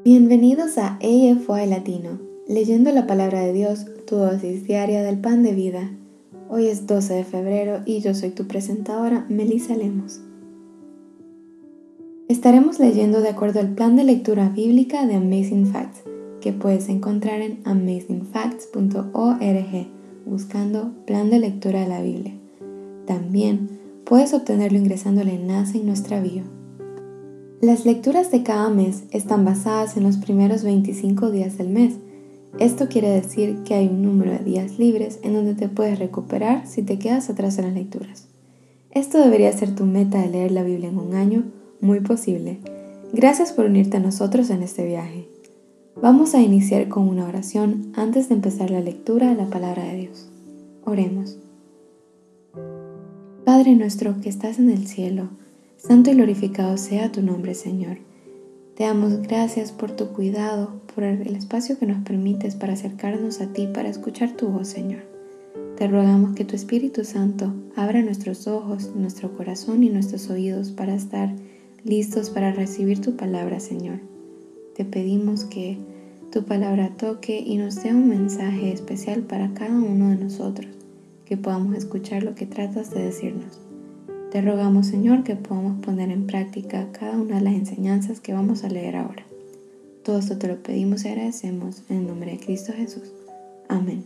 Bienvenidos a AFY Latino, leyendo la palabra de Dios, tu dosis diaria del pan de vida. Hoy es 12 de febrero y yo soy tu presentadora, Melissa Lemos. Estaremos leyendo de acuerdo al plan de lectura bíblica de Amazing Facts, que puedes encontrar en amazingfacts.org, buscando plan de lectura de la Biblia. También puedes obtenerlo ingresando al enlace en nuestra bio. Las lecturas de cada mes están basadas en los primeros 25 días del mes. Esto quiere decir que hay un número de días libres en donde te puedes recuperar si te quedas atrás en las lecturas. Esto debería ser tu meta de leer la Biblia en un año, muy posible. Gracias por unirte a nosotros en este viaje. Vamos a iniciar con una oración antes de empezar la lectura de la palabra de Dios. Oremos. Padre nuestro que estás en el cielo, santo y glorificado sea tu nombre, Señor. Te damos gracias por tu cuidado, por el espacio que nos permites para acercarnos a ti, para escuchar tu voz, Señor. Te rogamos que tu Espíritu Santo abra nuestros ojos, nuestro corazón y nuestros oídos para estar listos para recibir tu palabra, Señor. Te pedimos que tu palabra toque y nos dé un mensaje especial para cada uno de nosotros, que podamos escuchar lo que tratas de decirnos. Te rogamos, Señor, que podamos poner en práctica cada una de las enseñanzas que vamos a leer ahora. Todo esto te lo pedimos y agradecemos en el nombre de Cristo Jesús. Amén.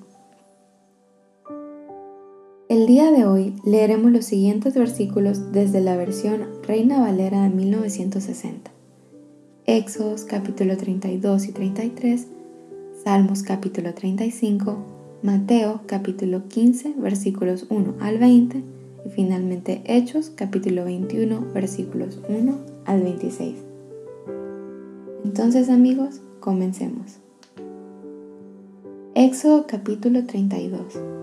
El día de hoy leeremos los siguientes versículos desde la versión Reina Valera de 1960. Éxodos capítulo 32 y 33, Salmos capítulo 35, Mateo capítulo 15 versículos 1 al 20, y finalmente Hechos capítulo 21 versículos 1 al 26. Entonces, amigos, comencemos. Éxodo capítulo 32.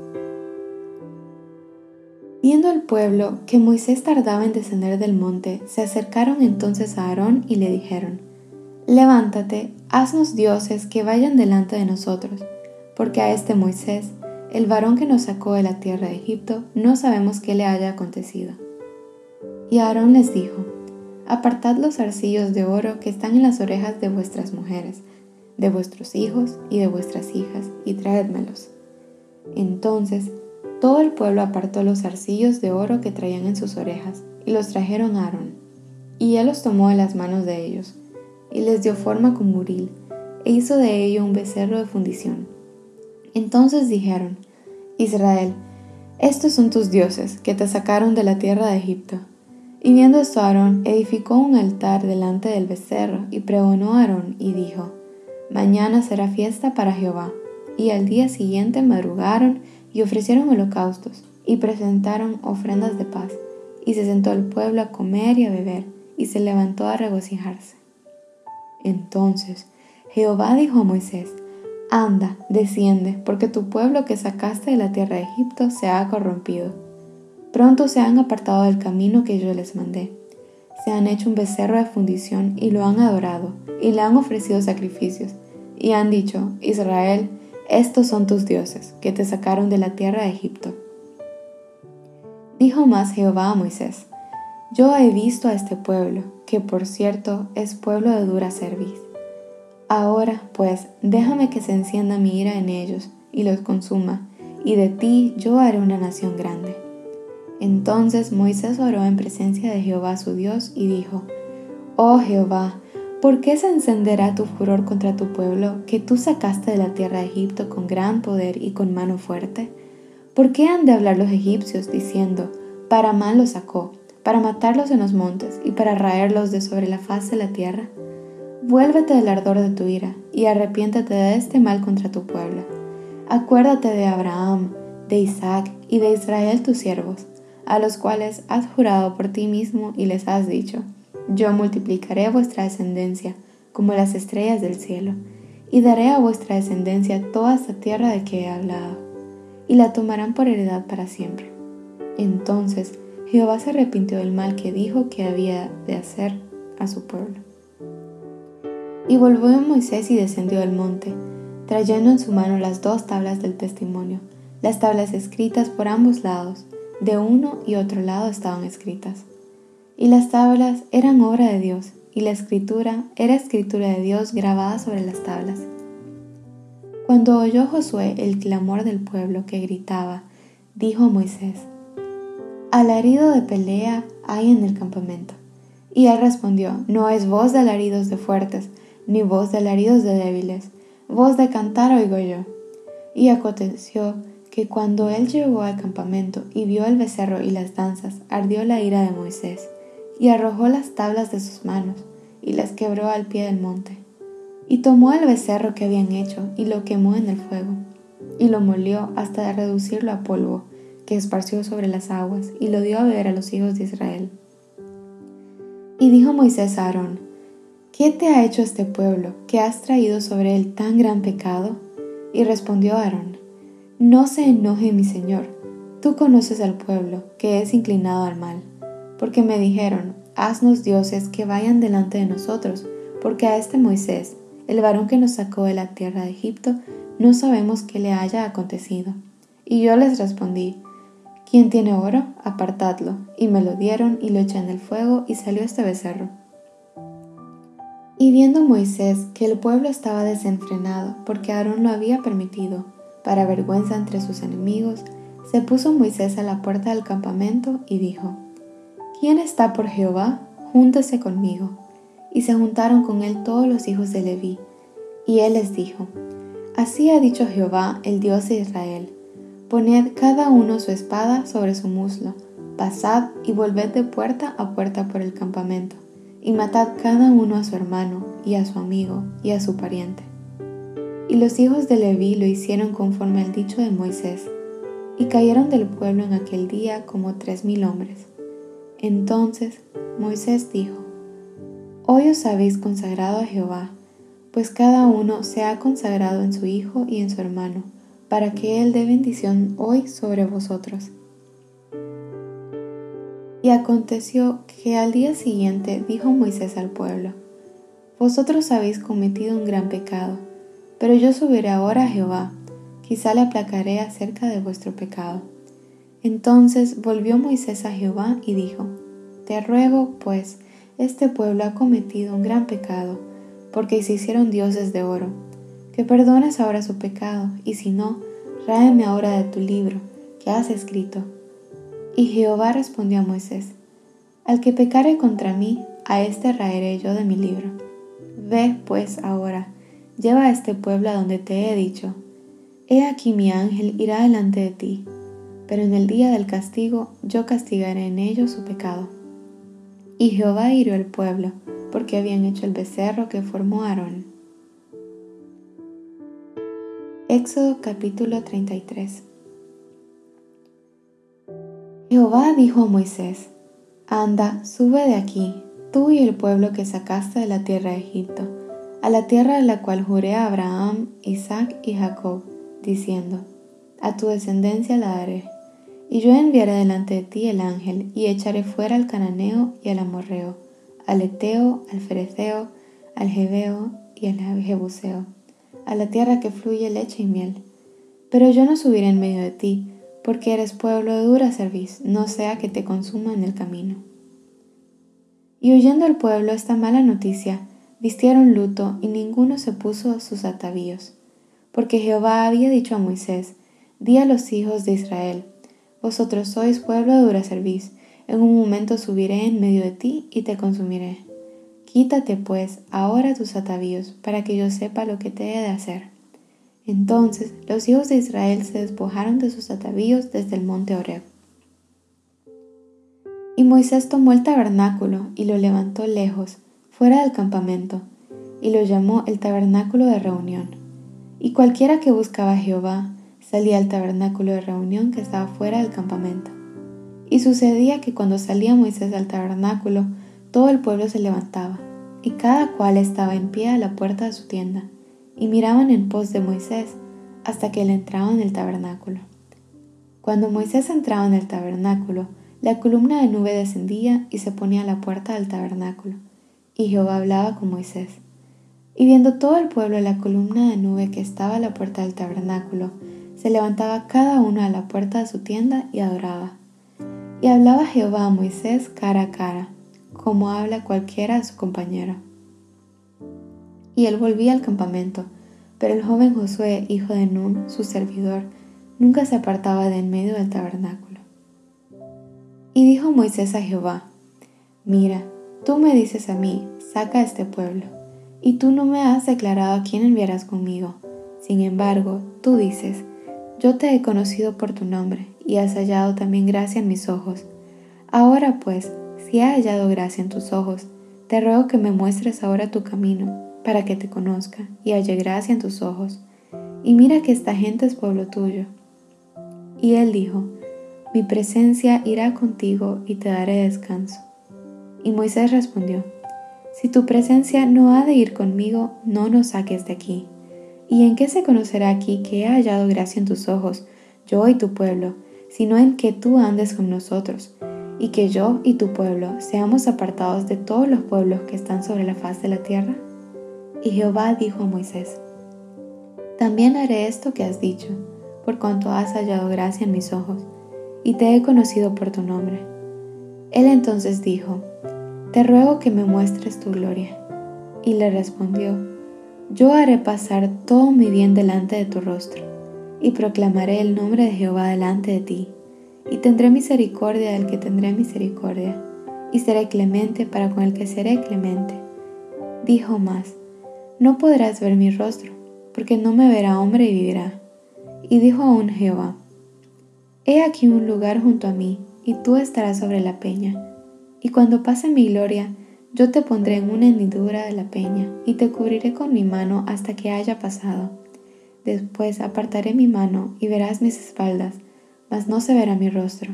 Viendo el pueblo que Moisés tardaba en descender del monte, se acercaron entonces a Aarón y le dijeron: Levántate, haznos dioses que vayan delante de nosotros, porque a este Moisés, el varón que nos sacó de la tierra de Egipto, no sabemos qué le haya acontecido. Y Aarón les dijo: Apartad los zarcillos de oro que están en las orejas de vuestras mujeres, de vuestros hijos y de vuestras hijas, y traédmelos. Entonces todo el pueblo apartó los zarcillos de oro que traían en sus orejas, y los trajeron a Aarón. Y él los tomó de las manos de ellos, y les dio forma con buril, e hizo de ello un becerro de fundición. Entonces dijeron: Israel, estos son tus dioses, que te sacaron de la tierra de Egipto. Y viendo esto Aarón edificó un altar delante del becerro, y pregonó a Aarón, y dijo: Mañana será fiesta para Jehová. Y al día siguiente madrugaron, y ofrecieron holocaustos, y presentaron ofrendas de paz. Y se sentó el pueblo a comer y a beber, y se levantó a regocijarse. Entonces Jehová dijo a Moisés: Anda, desciende, porque tu pueblo que sacaste de la tierra de Egipto se ha corrompido. Pronto se han apartado del camino que yo les mandé. Se han hecho un becerro de fundición y lo han adorado, y le han ofrecido sacrificios, y han dicho: Israel, estos son tus dioses, que te sacaron de la tierra de Egipto. Dijo más Jehová a Moisés: Yo he visto a este pueblo, que por cierto es pueblo de dura cerviz. Ahora, pues, déjame que se encienda mi ira en ellos, y los consuma, y de ti yo haré una nación grande. Entonces Moisés oró en presencia de Jehová su Dios, y dijo: Oh Jehová, ¿por qué se encenderá tu furor contra tu pueblo, que tú sacaste de la tierra de Egipto con gran poder y con mano fuerte? ¿Por qué han de hablar los egipcios, diciendo: Para mal los sacó, para matarlos en los montes, y para raerlos de sobre la faz de la tierra? Vuélvete del ardor de tu ira, y arrepiéntate de este mal contra tu pueblo. Acuérdate de Abraham, de Isaac y de Israel tus siervos, a los cuales has jurado por ti mismo y les has dicho: Yo multiplicaré vuestra descendencia como las estrellas del cielo, y daré a vuestra descendencia toda esta tierra de que he hablado, y la tomarán por heredad para siempre. Entonces Jehová se arrepintió del mal que dijo que había de hacer a su pueblo. Y volvió Moisés y descendió del monte, trayendo en su mano las 2 tablas del testimonio, las tablas escritas por ambos lados, de uno y otro lado estaban escritas. Y las tablas eran obra de Dios, y la escritura era escritura de Dios grabada sobre las tablas. Cuando oyó Josué el clamor del pueblo que gritaba, dijo a Moisés: «Alarido de pelea hay en el campamento». Y él respondió: «No es voz de alaridos de fuertes, ni voz de alaridos de débiles, voz de cantar oigo yo». Y aconteció que cuando él llegó al campamento y vio el becerro y las danzas, ardió la ira de Moisés, y arrojó las tablas de sus manos, y las quebró al pie del monte. Y tomó el becerro que habían hecho, y lo quemó en el fuego, y lo molió hasta reducirlo a polvo, que esparció sobre las aguas, y lo dio a beber a los hijos de Israel. Y dijo Moisés a Aarón: «¿Qué te ha hecho este pueblo, que has traído sobre él tan gran pecado?» Y respondió Aarón: «No se enoje mi señor, tú conoces al pueblo, que es inclinado al mal, porque me dijeron: haznos dioses que vayan delante de nosotros, porque a este Moisés, el varón que nos sacó de la tierra de Egipto, no sabemos qué le haya acontecido». Y yo les respondí: «¿Quién tiene oro? Apartadlo». Y me lo dieron, y lo eché en el fuego, y salió este becerro. Y viendo Moisés que el pueblo estaba desenfrenado, porque Aarón lo había permitido, para vergüenza entre sus enemigos, se puso Moisés a la puerta del campamento y dijo: «¿Quién está por Jehová? Júntese conmigo». Y se juntaron con él todos los hijos de Leví. Y él les dijo: «Así ha dicho Jehová, el Dios de Israel: poned cada uno su espada sobre su muslo, pasad y volved de puerta a puerta por el campamento, y matad cada uno a su hermano, y a su amigo, y a su pariente». Y los hijos de Leví lo hicieron conforme al dicho de Moisés, y cayeron del pueblo en aquel día como 3,000 hombres. Entonces Moisés dijo: «Hoy os habéis consagrado a Jehová, pues cada uno se ha consagrado en su hijo y en su hermano, para que él dé bendición hoy sobre vosotros». Y aconteció que al día siguiente dijo Moisés al pueblo: «Vosotros habéis cometido un gran pecado, pero yo subiré ahora a Jehová, quizá le aplacaré acerca de vuestro pecado». Entonces volvió Moisés a Jehová y dijo: «Te ruego, pues, este pueblo ha cometido un gran pecado, porque se hicieron dioses de oro, que perdones ahora su pecado, y si no, ráeme ahora de tu libro, que has escrito». Y Jehová respondió a Moisés: «Al que pecare contra mí, a éste raeré yo de mi libro. Ve, pues, ahora, lleva a este pueblo a donde te he dicho. He aquí mi ángel irá delante de ti, pero en el día del castigo yo castigaré en ellos su pecado». Y Jehová hirió al pueblo, porque habían hecho el becerro que formó Aarón. Éxodo capítulo 33. Jehová dijo a Moisés: «Anda, sube de aquí, tú y el pueblo que sacaste de la tierra de Egipto, a la tierra de la cual juré a Abraham, Isaac y Jacob, diciendo: a tu descendencia la daré. Y yo enviaré delante de ti el ángel, y echaré fuera al cananeo y al amorreo, al eteo, al fereceo, al jebeo y al jebuseo, a la tierra que fluye leche y miel. Pero yo no subiré en medio de ti, porque eres pueblo de dura cerviz, no sea que te consuma en el camino». Y oyendo el pueblo esta mala noticia, vistieron luto, y ninguno se puso sus atavíos. Porque Jehová había dicho a Moisés: «Di a los hijos de Israel: vosotros sois pueblo de dura cerviz, en un momento subiré en medio de ti y te consumiré. Quítate pues ahora tus atavíos, para que yo sepa lo que te he de hacer». Entonces los hijos de Israel se despojaron de sus atavíos desde el monte Horeb. Y Moisés tomó el tabernáculo y lo levantó lejos, fuera del campamento, y lo llamó el tabernáculo de reunión. Y cualquiera que buscaba a Jehová salía al tabernáculo de reunión que estaba fuera del campamento. Y sucedía que cuando salía Moisés al tabernáculo, todo el pueblo se levantaba, y cada cual estaba en pie a la puerta de su tienda, y miraban en pos de Moisés hasta que él entraba en el tabernáculo. Cuando Moisés entraba en el tabernáculo, la columna de nube descendía y se ponía a la puerta del tabernáculo, y Jehová hablaba con Moisés. Y viendo todo el pueblo la columna de nube que estaba a la puerta del tabernáculo, se levantaba cada uno a la puerta de su tienda y adoraba. Y hablaba Jehová a Moisés cara a cara, como habla cualquiera a su compañero. Y él volvía al campamento, pero el joven Josué, hijo de Nun, su servidor, nunca se apartaba de en medio del tabernáculo. Y dijo Moisés a Jehová: Mira, tú me dices a mí, saca a este pueblo, y tú no me has declarado a quién enviarás conmigo. Sin embargo, tú dices: Yo te he conocido por tu nombre, y has hallado también gracia en mis ojos. Ahora pues, si he hallado gracia en tus ojos, te ruego que me muestres ahora tu camino, para que te conozca, y halle gracia en tus ojos. Y mira que esta gente es pueblo tuyo. Y él dijo: Mi presencia irá contigo y te daré descanso. Y Moisés respondió: Si tu presencia no ha de ir conmigo, no nos saques de aquí. ¿Y en qué se conocerá aquí que he hallado gracia en tus ojos, yo y tu pueblo, sino en que tú andes con nosotros, y que yo y tu pueblo seamos apartados de todos los pueblos que están sobre la faz de la tierra? Y Jehová dijo a Moisés: También haré esto que has dicho, por cuanto has hallado gracia en mis ojos, y te he conocido por tu nombre. Él entonces dijo: Te ruego que me muestres tu gloria. Y le respondió: Yo haré pasar todo mi bien delante de tu rostro, y proclamaré el nombre de Jehová delante de ti, y tendré misericordia del que tendré misericordia, y seré clemente para con el que seré clemente. Dijo más: No podrás ver mi rostro, porque no me verá hombre y vivirá. Y dijo aún Jehová: He aquí un lugar junto a mí, y tú estarás sobre la peña. Y cuando pase mi gloria, yo te pondré en una hendidura de la peña, y te cubriré con mi mano hasta que haya pasado. Después apartaré mi mano, y verás mis espaldas, mas no se verá mi rostro.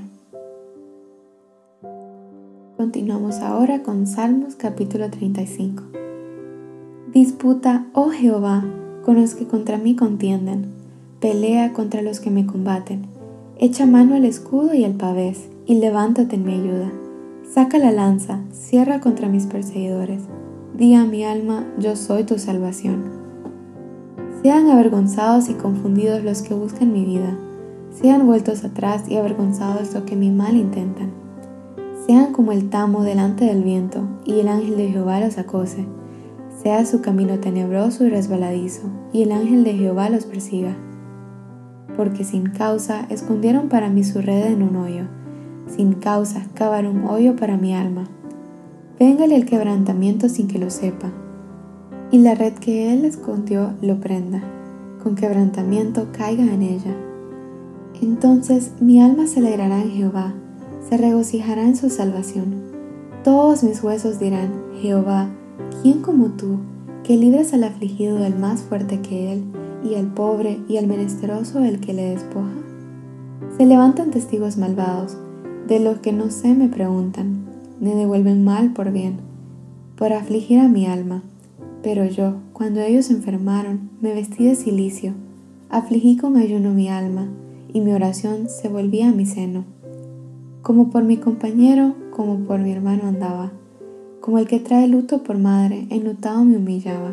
Continuamos ahora con Salmos capítulo 35. Disputa, oh Jehová, con los que contra mí contienden, pelea contra los que me combaten. Echa mano al escudo y al pavés, y levántate en mi ayuda. Saca la lanza, cierra contra mis perseguidores. Di a mi alma: yo soy tu salvación. Sean avergonzados y confundidos los que buscan mi vida. Sean vueltos atrás y avergonzados los que mi mal intentan. Sean como el tamo delante del viento, y el ángel de Jehová los acose. Sea su camino tenebroso y resbaladizo, y el ángel de Jehová los persiga. Porque sin causa escondieron para mí su red en un hoyo. Sin causa cavaron un hoyo para mi alma. Véngale el quebrantamiento sin que lo sepa, y la red que él escondió lo prenda. Con quebrantamiento caiga en ella. Entonces mi alma se alegrará en Jehová, se regocijará en su salvación. Todos mis huesos dirán: Jehová, ¿quién como tú, que libras al afligido del más fuerte que él, y al pobre y al menesteroso del que le despoja? Se levantan testigos malvados, de los que no sé me preguntan, me devuelven mal por bien, por afligir a mi alma. Pero yo, cuando ellos enfermaron, me vestí de cilicio, afligí con ayuno mi alma, y mi oración se volvía a mi seno. Como por mi compañero, como por mi hermano andaba, como el que trae luto por madre, enlutado me humillaba.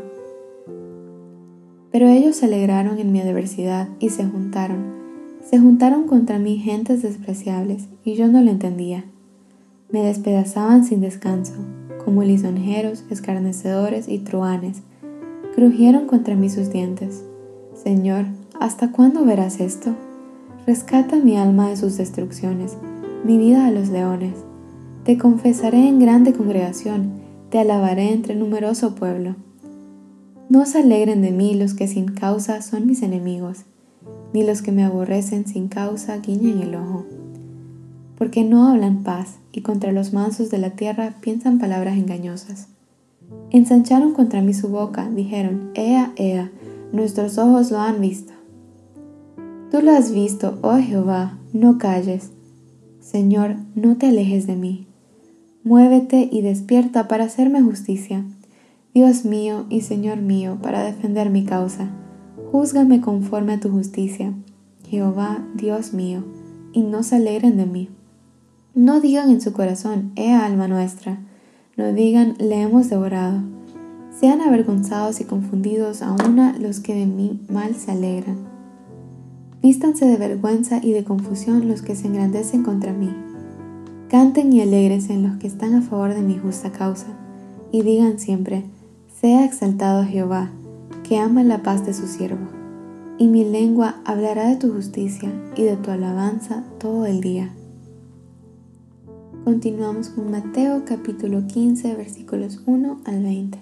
Pero ellos se alegraron en mi adversidad y se juntaron contra mí gentes despreciables, y yo no lo entendía. Me despedazaban sin descanso, como lisonjeros, escarnecedores y truhanes. Crujieron contra mí sus dientes. Señor, ¿hasta cuándo verás esto? Rescata mi alma de sus destrucciones, mi vida a los leones. Te confesaré en grande congregación, te alabaré entre numeroso pueblo. No se alegren de mí los que sin causa son mis enemigos, ni los que me aborrecen sin causa guiñen el ojo. Porque no hablan paz, y contra los mansos de la tierra piensan palabras engañosas. Ensancharon contra mí su boca, dijeron: Ea, ea, nuestros ojos lo han visto. Tú lo has visto, oh Jehová, no calles. Señor, no te alejes de mí. Muévete y despierta para hacerme justicia. Dios mío y Señor mío, para defender mi causa. Júzgame conforme a tu justicia, Jehová, Dios mío, y no se alegren de mí. No digan en su corazón: Ea alma nuestra. No digan: le hemos devorado. Sean avergonzados y confundidos a una los que de mi mal se alegran. Vístanse de vergüenza y de confusión los que se engrandecen contra mí. Canten y alégrense los que están a favor de mi justa causa, y digan siempre, sea exaltado Jehová, que ama la paz de su siervo. Y mi lengua hablará de tu justicia y de tu alabanza todo el día. Continuamos con Mateo capítulo 15 versículos 1 al 20.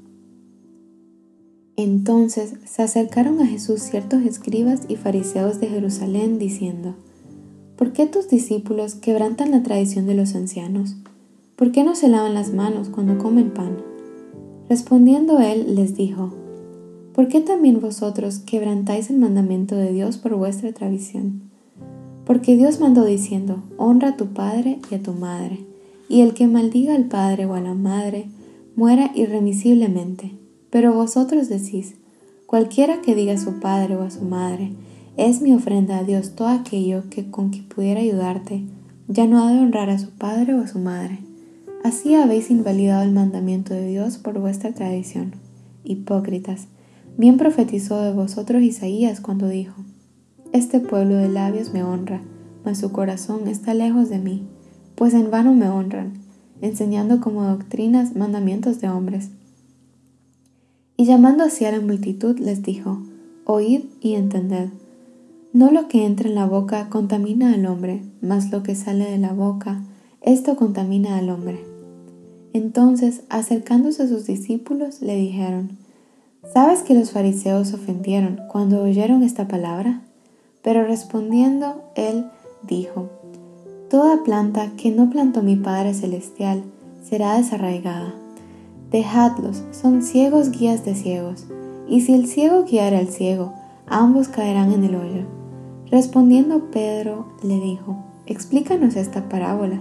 Entonces se acercaron a Jesús ciertos escribas y fariseos de Jerusalén diciendo, ¿por qué tus discípulos quebrantan la tradición de los ancianos? ¿Por qué no se lavan las manos cuando comen pan? Respondiendo él les dijo, ¿por qué también vosotros quebrantáis el mandamiento de Dios por vuestra tradición? Porque Dios mandó diciendo, honra a tu padre y a tu madre, y el que maldiga al padre o a la madre, muera irremisiblemente. Pero vosotros decís, cualquiera que diga a su padre o a su madre, es mi ofrenda a Dios todo aquello que con que pudiera ayudarte, ya no ha de honrar a su padre o a su madre. Así habéis invalidado el mandamiento de Dios por vuestra tradición. Hipócritas, bien profetizó de vosotros Isaías cuando dijo, este pueblo de labios me honra, mas su corazón está lejos de mí, pues en vano me honran, enseñando como doctrinas mandamientos de hombres. Y llamando así a la multitud les dijo, oíd y entended. No lo que entra en la boca contamina al hombre, mas lo que sale de la boca, esto contamina al hombre. Entonces, acercándose a sus discípulos, le dijeron, ¿sabes que los fariseos se ofendieron cuando oyeron esta palabra? Pero respondiendo, él dijo, toda planta que no plantó mi Padre Celestial será desarraigada. Dejadlos, son ciegos guías de ciegos, y si el ciego guiara al ciego, ambos caerán en el hoyo. Respondiendo Pedro le dijo, explícanos esta parábola.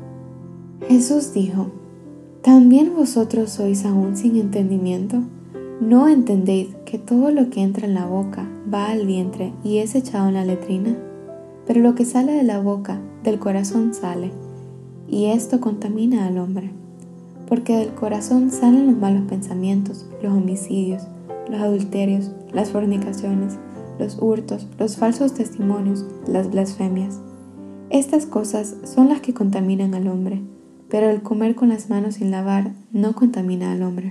Jesús dijo, ¿también vosotros sois aún sin entendimiento? ¿No entendéis que todo lo que entra en la boca va al vientre y es echado en la letrina? Pero lo que sale de la boca, del corazón sale, y esto contamina al hombre. Porque del corazón salen los malos pensamientos, los homicidios, los adulterios, las fornicaciones, los hurtos, los falsos testimonios, las blasfemias. Estas cosas son las que contaminan al hombre, pero el comer con las manos sin lavar no contamina al hombre.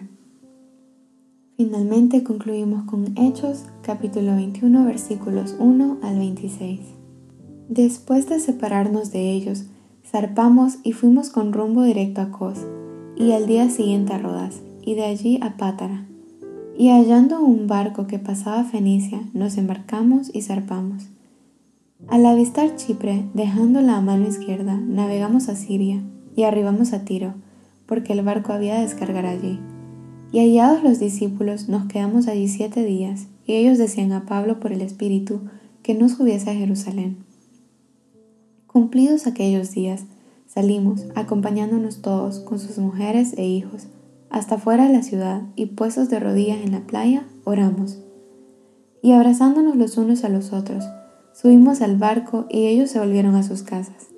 Finalmente concluimos con Hechos, capítulo 21, versículos 1 al 26. Después de separarnos de ellos, zarpamos y fuimos con rumbo directo a Cos, y al día siguiente a Rodas, y de allí a Pátara. Y hallando un barco que pasaba a Fenicia, nos embarcamos y zarpamos. Al avistar Chipre, dejándola a mano izquierda, navegamos a Siria, y arribamos a Tiro, porque el barco había de descargar allí. Y hallados los discípulos, nos quedamos allí 7 días, y ellos decían a Pablo por el Espíritu que no subiese a Jerusalén. Cumplidos aquellos días, salimos, acompañándonos todos con sus mujeres e hijos, hasta fuera de la ciudad, y puestos de rodillas en la playa, oramos. Y abrazándonos los unos a los otros, subimos al barco y ellos se volvieron a sus casas.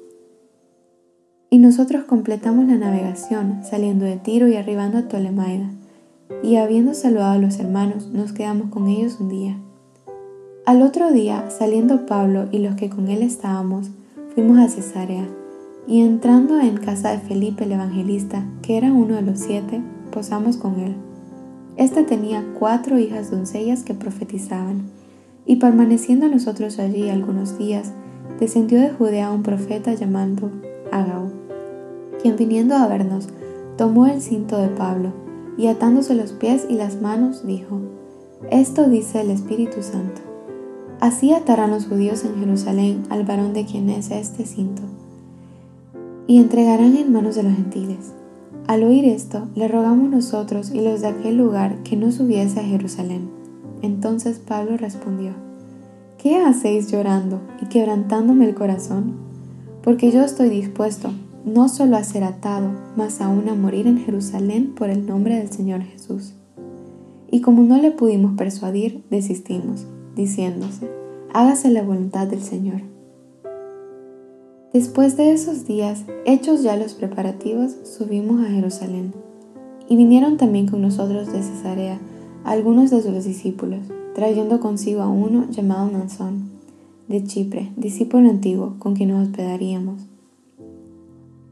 Y nosotros completamos la navegación, saliendo de Tiro y arribando a Ptolemaida, y habiendo saludado a los hermanos, nos quedamos con ellos un día. Al otro día, saliendo Pablo y los que con él estábamos, fuimos a Cesarea, y entrando en casa de Felipe el evangelista, que era uno de los 7, posamos con él. Este tenía 4 hijas doncellas que profetizaban, y permaneciendo nosotros allí algunos días, descendió de Judea un profeta llamado Agabo, quien viniendo a vernos, tomó el cinto de Pablo, y atándose los pies y las manos, dijo, esto dice el Espíritu Santo. Así atarán los judíos en Jerusalén al varón de quien es este cinto, y entregarán en manos de los gentiles. Al oír esto, le rogamos nosotros y los de aquel lugar que no subiese a Jerusalén. Entonces Pablo respondió, ¿qué hacéis llorando y quebrantándome el corazón? Porque yo estoy dispuesto, no solo a ser atado, mas aún a morir en Jerusalén por el nombre del Señor Jesús. Y como no le pudimos persuadir, desistimos, diciéndose, hágase la voluntad del Señor. Después de esos días, hechos ya los preparativos, subimos a Jerusalén. Y vinieron también con nosotros de Cesarea algunos de sus discípulos, trayendo consigo a uno llamado Mnason, de Chipre, discípulo antiguo, con quien nos hospedaríamos.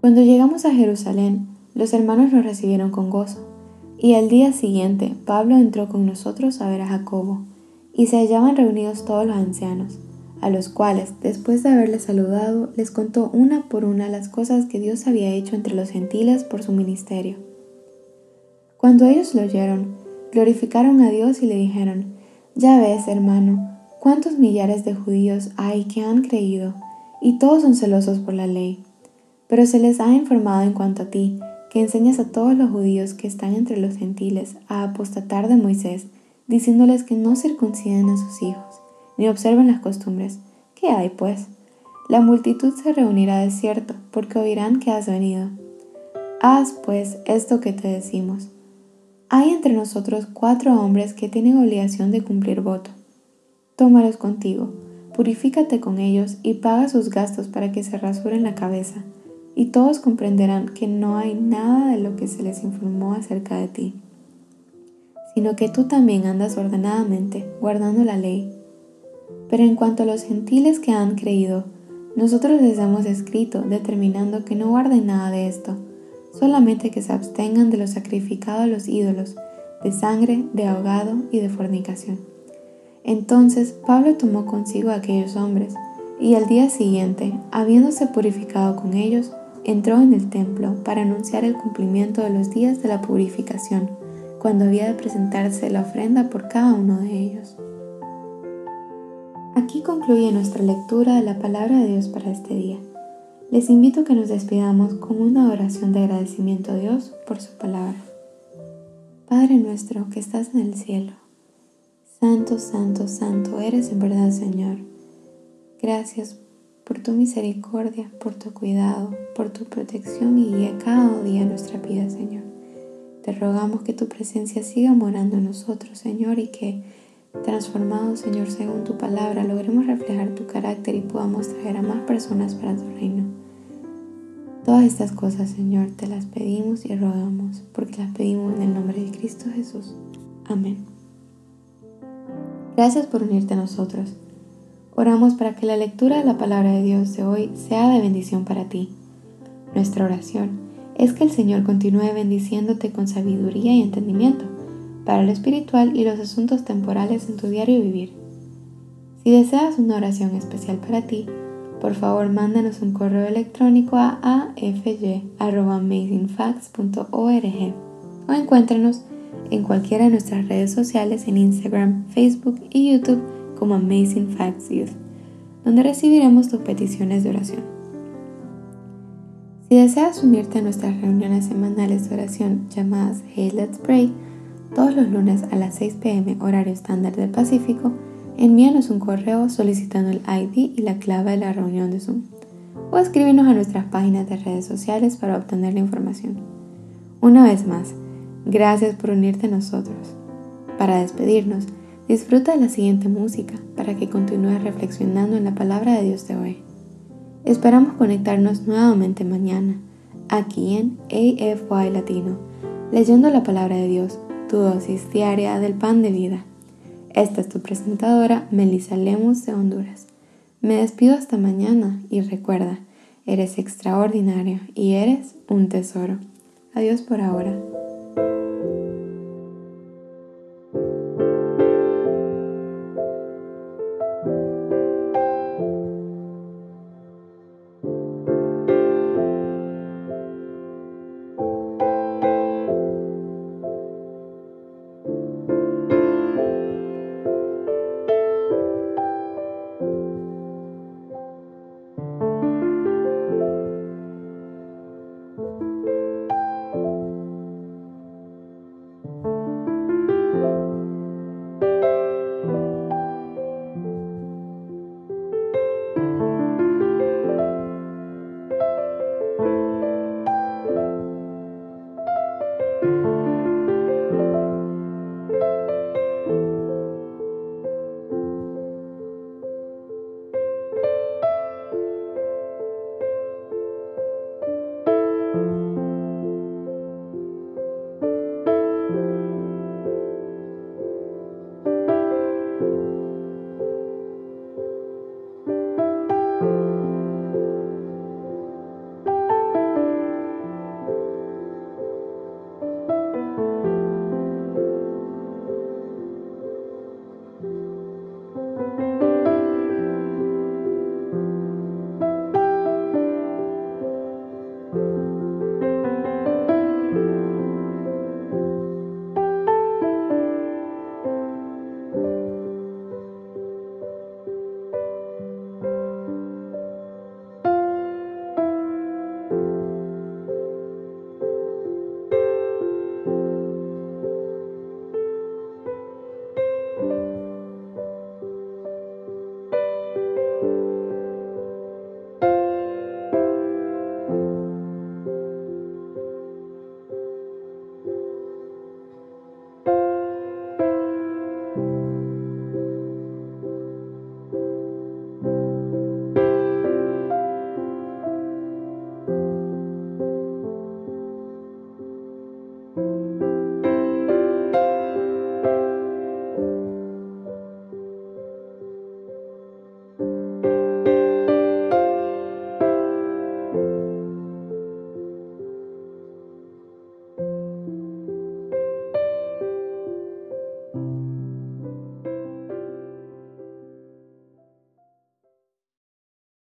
Cuando llegamos a Jerusalén, los hermanos nos recibieron con gozo, y al día siguiente Pablo entró con nosotros a ver a Jacobo, y se hallaban reunidos todos los ancianos, a los cuales, después de haberles saludado, les contó una por una las cosas que Dios había hecho entre los gentiles por su ministerio. Cuando ellos lo oyeron, glorificaron a Dios y le dijeron: «Ya ves, hermano, cuántos millares de judíos hay que han creído, y todos son celosos por la ley. Pero se les ha informado en cuanto a ti, que enseñas a todos los judíos que están entre los gentiles a apostatar de Moisés, diciéndoles que no circunciden a sus hijos, ni observen las costumbres. ¿Qué hay, pues? La multitud se reunirá de cierto, porque oirán que has venido. Haz, pues, esto que te decimos. Hay entre nosotros 4 hombres que tienen obligación de cumplir voto. Tómalos contigo, purifícate con ellos y paga sus gastos para que se rasuren la cabeza, y todos comprenderán que no hay nada de lo que se les informó acerca de ti, sino que tú también andas ordenadamente, guardando la ley. Pero en cuanto a los gentiles que han creído, nosotros les hemos escrito determinando que no guarden nada de esto, solamente que se abstengan de lo sacrificado a los ídolos, de sangre, de ahogado y de fornicación». Entonces Pablo tomó consigo a aquellos hombres, y al día siguiente, habiéndose purificado con ellos, entró en el templo para anunciar el cumplimiento de los días de la purificación, cuando había de presentarse la ofrenda por cada uno de ellos. Aquí concluye nuestra lectura de la palabra de Dios para este día. Les invito a que nos despidamos con una oración de agradecimiento a Dios por su palabra. Padre nuestro que estás en el cielo, santo, santo, santo eres en verdad, Señor. Gracias por tu misericordia, por tu cuidado, por tu protección y guía cada día en nuestra vida, Señor. Te rogamos que tu presencia siga morando en nosotros, Señor, y que, transformados, Señor, según tu palabra, logremos reflejar tu carácter y podamos traer a más personas para tu reino. Todas estas cosas, Señor, te las pedimos y rogamos, porque las pedimos en el nombre de Cristo Jesús. Amén. Gracias por unirte a nosotros. Oramos para que la lectura de la palabra de Dios de hoy sea de bendición para ti. Nuestra oración es que el Señor continúe bendiciéndote con sabiduría y entendimiento para lo espiritual y los asuntos temporales en tu diario vivir. Si deseas una oración especial para ti, por favor mándanos un correo electrónico a afy@amazingfacts.org o encuéntranos en cualquiera de nuestras redes sociales en Instagram, Facebook y YouTube como Amazing Facts Youth, donde recibiremos tus peticiones de oración. Si deseas unirte a nuestras reuniones semanales de oración llamadas Hey Let's Pray, todos los lunes a las 6 p.m. horario estándar del Pacífico, envíanos un correo solicitando el ID y la clave de la reunión de Zoom, o escríbenos a nuestras páginas de redes sociales para obtener la información. Una vez más, gracias por unirte a nosotros. Para despedirnos, disfruta de la siguiente música para que continúes reflexionando en la palabra de Dios de hoy. Esperamos conectarnos nuevamente mañana, aquí en AFY Latino, leyendo la palabra de Dios, tu dosis diaria del pan de vida. Esta es tu presentadora, Melissa Lemus de Honduras. Me despido hasta mañana y recuerda, eres extraordinario y eres un tesoro. Adiós por ahora.